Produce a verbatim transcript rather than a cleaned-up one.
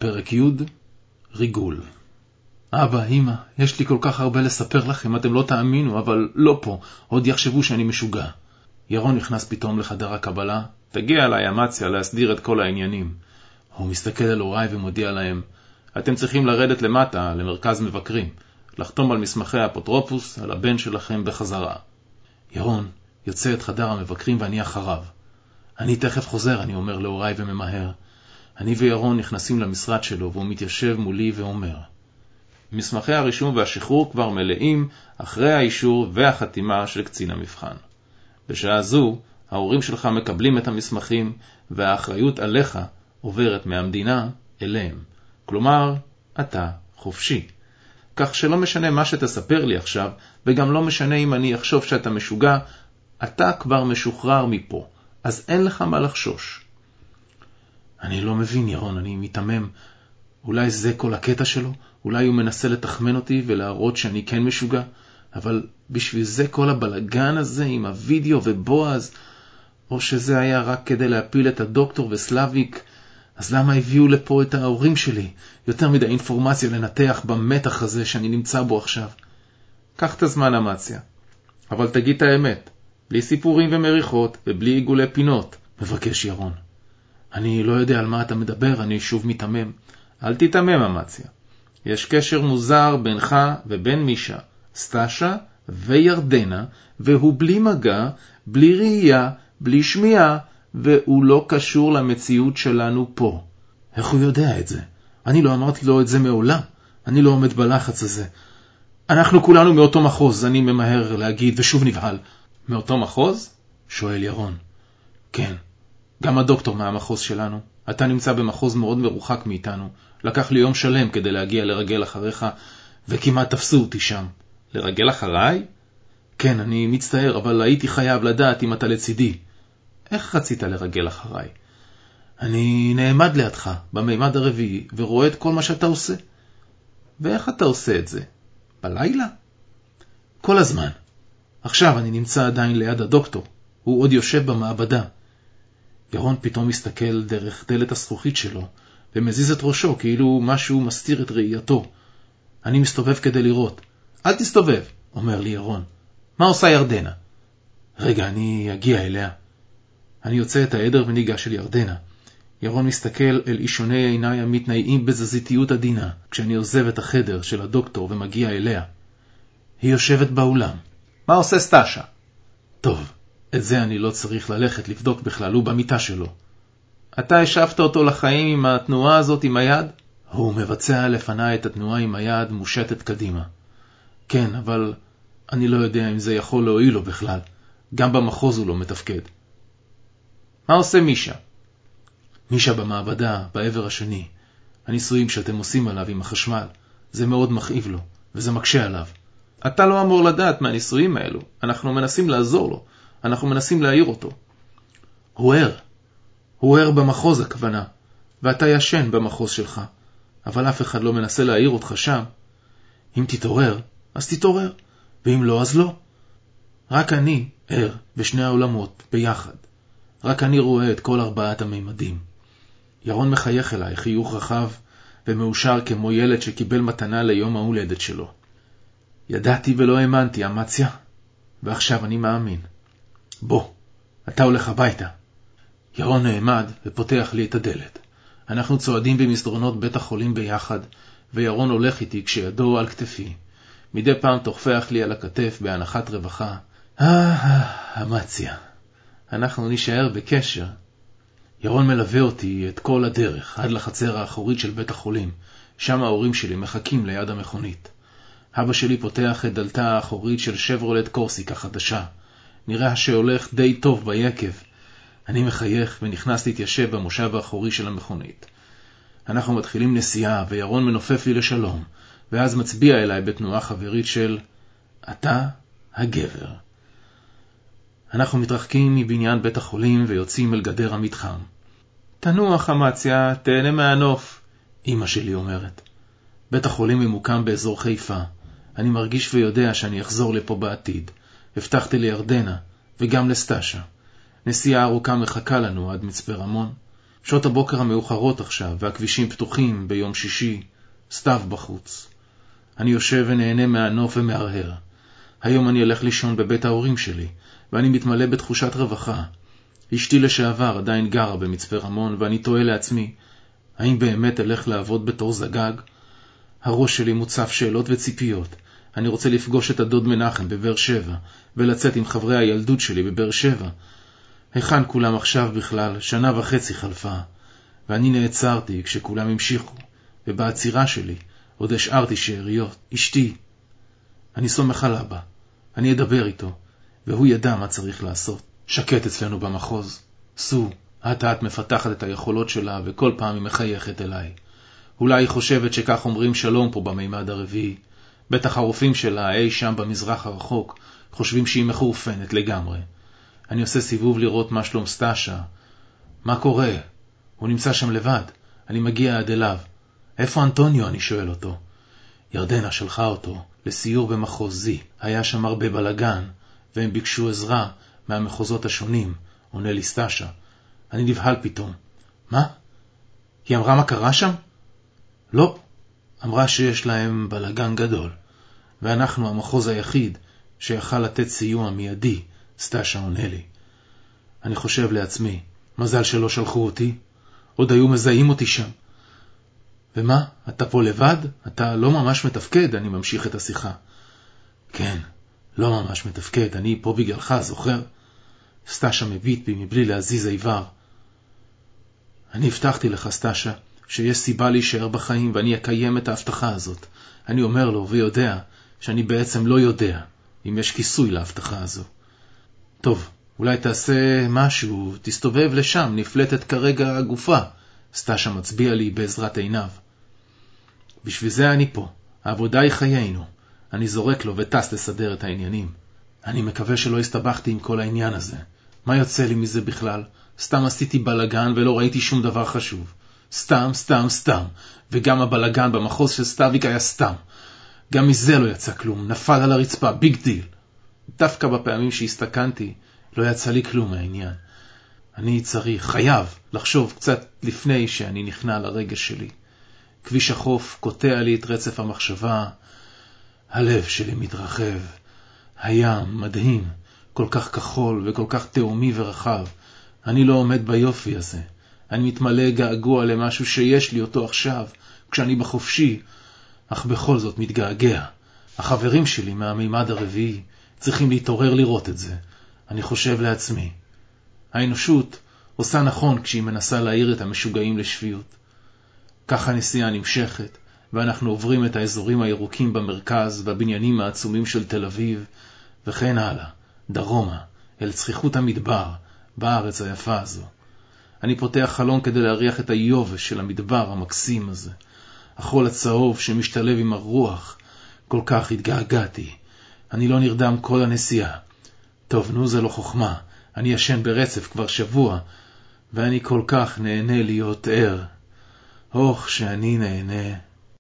פרק י' ריגול. אבא, אמא, יש לי כל כך הרבה לספר לכם, אתם לא תאמינו, אבל לא פה, עוד יחשבו שאני משוגע. ירון נכנס פתאום לחדר הקבלה, תגיע אליי אמציה להסדיר את כל העניינים. הוא מסתכל על הוריי ומודיע להם, אתם צריכים לרדת למטה, למרכז מבקרים, לחתום על מסמכי האפוטרופוס, על הבן שלכם בחזרה. ירון יוצא את חדר המבקרים ואני אחריו. אני תכף חוזר, אני אומר להוריי וממהר. אני וירון נכנסים למשרד שלו והוא מתיישב מולי ואומר, מסמכי הרישום והשחרור כבר מלאים אחרי האישור והחתימה של קצין המבחן. בשעה זו, ההורים שלך מקבלים את המסמכים והאחריות עליך עוברת מהמדינה אליהם. כלומר, אתה חופשי. כך שלא משנה מה שתספר לי עכשיו, וגם לא משנה אם אני אחשוב שאתה משוגע, אתה כבר משוחרר מפה, אז אין לך מה לחשוש. אני לא מבין, ירון, אני מתאמם. אולי זה כל הקטע שלו? אולי הוא מנסה לתחמן אותי ולהראות שאני כן משוגע? אבל בשביל זה כל הבלגן הזה עם הוידאו ובועז? או שזה היה רק כדי להפיל את הדוקטור וסלאביק? אז למה הביאו לפה את ההורים שלי? יותר מדי אינפורמציה לנתח במתח הזה שאני נמצא בו עכשיו. קח את הזמן, אמציה. אבל תגיד את האמת. בלי סיפורים ומריחות ובלי עיגולי פינות, מבקש ירון. אני לא יודע על מה אתה מדבר, אני שוב מתאמם. אל תתאמם, אמציה. יש קשר מוזר בינך ובין מישה, סטאשה וירדנה, והוא בלי מגע, בלי ראייה, בלי שמיעה, והוא לא קשור למציאות שלנו פה. איך הוא יודע את זה? אני לא אמרתי לו את זה מעולם. אני לא עומד בלחץ הזה. אנחנו כולנו מאותו מחוז, אני ממהר להגיד ושוב נבהל. מאותו מחוז? שואל ירון. כן. גם הדוקטור מהמחוז שלנו. אתה נמצא במחוז מאוד מרוחק מאיתנו. לקח לי יום שלם כדי להגיע לרגל אחריך, וכמעט תפסו אותי שם. לרגל אחריי? כן, אני מצטער, אבל הייתי חייב לדעת אם אתה לצידי. איך רצית לרגל אחריי? אני נעמד לידך, במימד הרביעי, ורואה את כל מה שאתה עושה. ואיך אתה עושה את זה? בלילה? כל הזמן. עכשיו אני נמצא עדיין ליד הדוקטור. הוא עוד יושב במעבדה. ירון פתאום מסתכל דרך דלת הזכוכית שלו, ומזיז את ראשו כאילו משהו מסתיר את ראייתו. אני מסתובב כדי לראות. אל תסתובב, אומר לי ירון. מה עושה ירדנה? רגע, אני אגיע אליה. אני יוצא את העדר וניגש אל ירדנה. ירון מסתכל אל אישוני עיניי המתנאים בזזיתיות עדינה, כשאני עוזב את החדר של הדוקטור ומגיע אליה. היא יושבת באולם. מה עושה סטאשה? טוב, את זה אני לא צריך ללכת לבדוק בכלל, הוא במיטה שלו. אתה השאפת אותו לחיים עם התנועה הזאת עם היד? הוא מבצע לפני את התנועה עם היד מושטת קדימה. כן, אבל אני לא יודע אם זה יכול להועיל לו בכלל. גם במחוז הוא לא מתפקד. מה עושה מישה? מישה במעבדה, בעבר השני. הניסויים שאתם עושים עליו עם החשמל, זה מאוד מכאיב לו, וזה מקשה עליו. אתה לא אמור לדעת מהניסויים האלו. אנחנו מנסים לעזור לו. אנחנו מנסים להעיר אותו. הוא ער. הוא ער במחוז הכוונה, ואתה ישן במחוז שלך. אבל אף אחד לא מנסה להעיר אותך שם. אם תתעורר, אז תתעורר, ואם לא, אז לא. רק אני ער בשני העולמות ביחד. רק אני רואה את כל ארבעת המימדים. ירון מחייך אליי, חיוך רחב ומאושר כמו ילד שקיבל מתנה ליום ההולדת שלו. ידעתי ולא האמנתי, אמציה, ועכשיו אני מאמין. בוא, אתה הולך הביתה. ירון נעמד ופותח לי את הדלת. אנחנו צועדים במסדרונות בית החולים ביחד, וירון הולך איתי כשידו על כתפי. מדי פעם תוחפח לי על הכתף בהנחת רווחה. אה, אמציה, אנחנו נשאר בקשר. ירון מלווה אותי את כל הדרך, עד לחצר האחורית של בית החולים. שם ההורים שלי מחכים ליד המכונית. אבא שלי פותח את דלתה האחורית של שברולט קורסיקה חדשה. נראה שהולך די טוב ביקב. אני מחייך ונכנס להתיישב במושב האחורי של המכונית. אנחנו מתחילים נסיעה וירון מנופף לי לשלום, ואז מצביע אליי בתנועה חברית של אתה הגבר. אנחנו מתרחקים מבניין בית החולים ויוצאים אל גדר המתחם. תנוח, אמציה, תהנה מהנוף, אמא שלי אומרת. בית החולים ממוקם באזור חיפה. אני מרגיש ויודע שאני אחזור לפה בעתיד. הבטחתי לירדנה וגם לסטאשה. נסיעה ארוכה מחכה לנו עד מצפה רמון. שעות הבוקר המאוחרות עכשיו, והכבישים פתוחים ביום שישי, סתיו בחוץ. אני יושב ונהנה מהנוף ומהרהר. היום אני אלך לישון בבית ההורים שלי, ואני מתמלא בתחושת רווחה. אשתי לשעבר עדיין גרה במצפה רמון, ואני תוהה לעצמי, האם באמת אלך לעבוד בתור זגג? הראש שלי מוצף שאלות וציפיות. אני רוצה לפגוש את הדוד מנחם בבאר שבע, ולצאת עם חברי הילדות שלי בבאר שבע. היכן כולם עכשיו בכלל? שנה וחצי חלפה, ואני נעצרתי כשכולם המשיכו, ובעצירה שלי עוד השארתי שאריות. אשתי, אני סומך על אבא, אני אדבר איתו, והוא ידע מה צריך לעשות. שקט אצלנו במחוז. סו, את מפתחת את היכולות שלה, וכל פעם היא מחייכת אליי. אולי היא חושבת שכך אומרים שלום פה במימד הרביעי. בטח הרופאים שלה, אי שם במזרח הרחוק, חושבים שהיא מחורפנת לגמרי. אני עושה סיבוב לראות מה שלום סטאשה. מה קורה? הוא נמצא שם לבד. אני מגיע עד אליו. איפה אנטוניו? אני שואל אותו. ירדנה שלחה אותו לסיור במחוז זי. היה שם הרבה בלגן, והם ביקשו עזרה מהמחוזות השונים. עונה לי סטאשה. אני נבהל פתאום. מה? היא אמרה מה קרה שם? לא. אמרה שיש להם בלגן גדול, ואנחנו המחוז היחיד שיכל לתת סיוע מיידי. סטאשה עונה לי. אני חושב לעצמי, מזל שלא שלחו אותי, עוד היו מזהים אותי שם. ומה? אתה פה לבד? אתה לא ממש מתפקד? אני ממשיך את השיחה. כן, לא ממש מתפקד, אני פה בגללך, זוכר? סטאשה מביט בי מבלי להזיז איבר. אני הבטחתי לך, סטאשה, שיש סיבה להישאר בחיים, ואני אקיים את ההבטחה הזאת. אני אומר לו ויודע שאני בעצם לא יודע אם יש כיסוי להבטחה הזו. טוב, אולי תעשה משהו, תסתובב לשם, נפלטת כרגע הגופה. סטאשה מצביע לי בעזרת עיניו. בשביל זה אני פה, העבודה היא חיינו. אני זורק לו וטס לסדר את העניינים. אני מקווה שלא הסתבכתי עם כל העניין הזה. מה יוצא לי מזה בכלל? סתם עשיתי בלגן ולא ראיתי שום דבר חשוב. סתם, סתם, סתם. וגם הבלגן במחוז של סטאביק היה סתם. גם מזה לא יצא כלום, נפל על הרצפה, ביג דיל. דווקא בפעמים שהסתכנתי, לא יצא לי כלום מהעניין. אני צריך, חייב, לחשוב קצת לפני שאני נכנע לרגש שלי. כביש החוף קוטע לי את רצף המחשבה. הלב שלי מתרחב. הים מדהים, כל כך כחול וכל כך תאומי ורחב. אני לא עומד ביופי הזה. אני מתמלא געגוע למשהו שיש לי אותו עכשיו, כשאני בחופשי, אך בכל זאת מתגעגע. החברים שלי מהמימד הרביעי צריכים להתעורר לראות את זה. אני חושב לעצמי. האנושות עושה נכון כשהיא מנסה להעיר את המשוגעים לשפיות. כך הנסיעה נמשכת, ואנחנו עוברים את האזורים הירוקים במרכז והבניינים העצומים של תל אביב, וכן הלאה, דרומה, אל צחיחות המדבר, בארץ היפה הזו. אני פותח חלון כדי להריח את היובש של המדבר המקסים הזה. החול הצהוב שמשתלב עם הרוח. כל כך התגעגעתי. אני לא נרדם כל הנסיעה. טוב, נו, זה לא חוכמה. אני ישן ברצף כבר שבוע, ואני כל כך נהנה להיות ער. אוח שאני נהנה.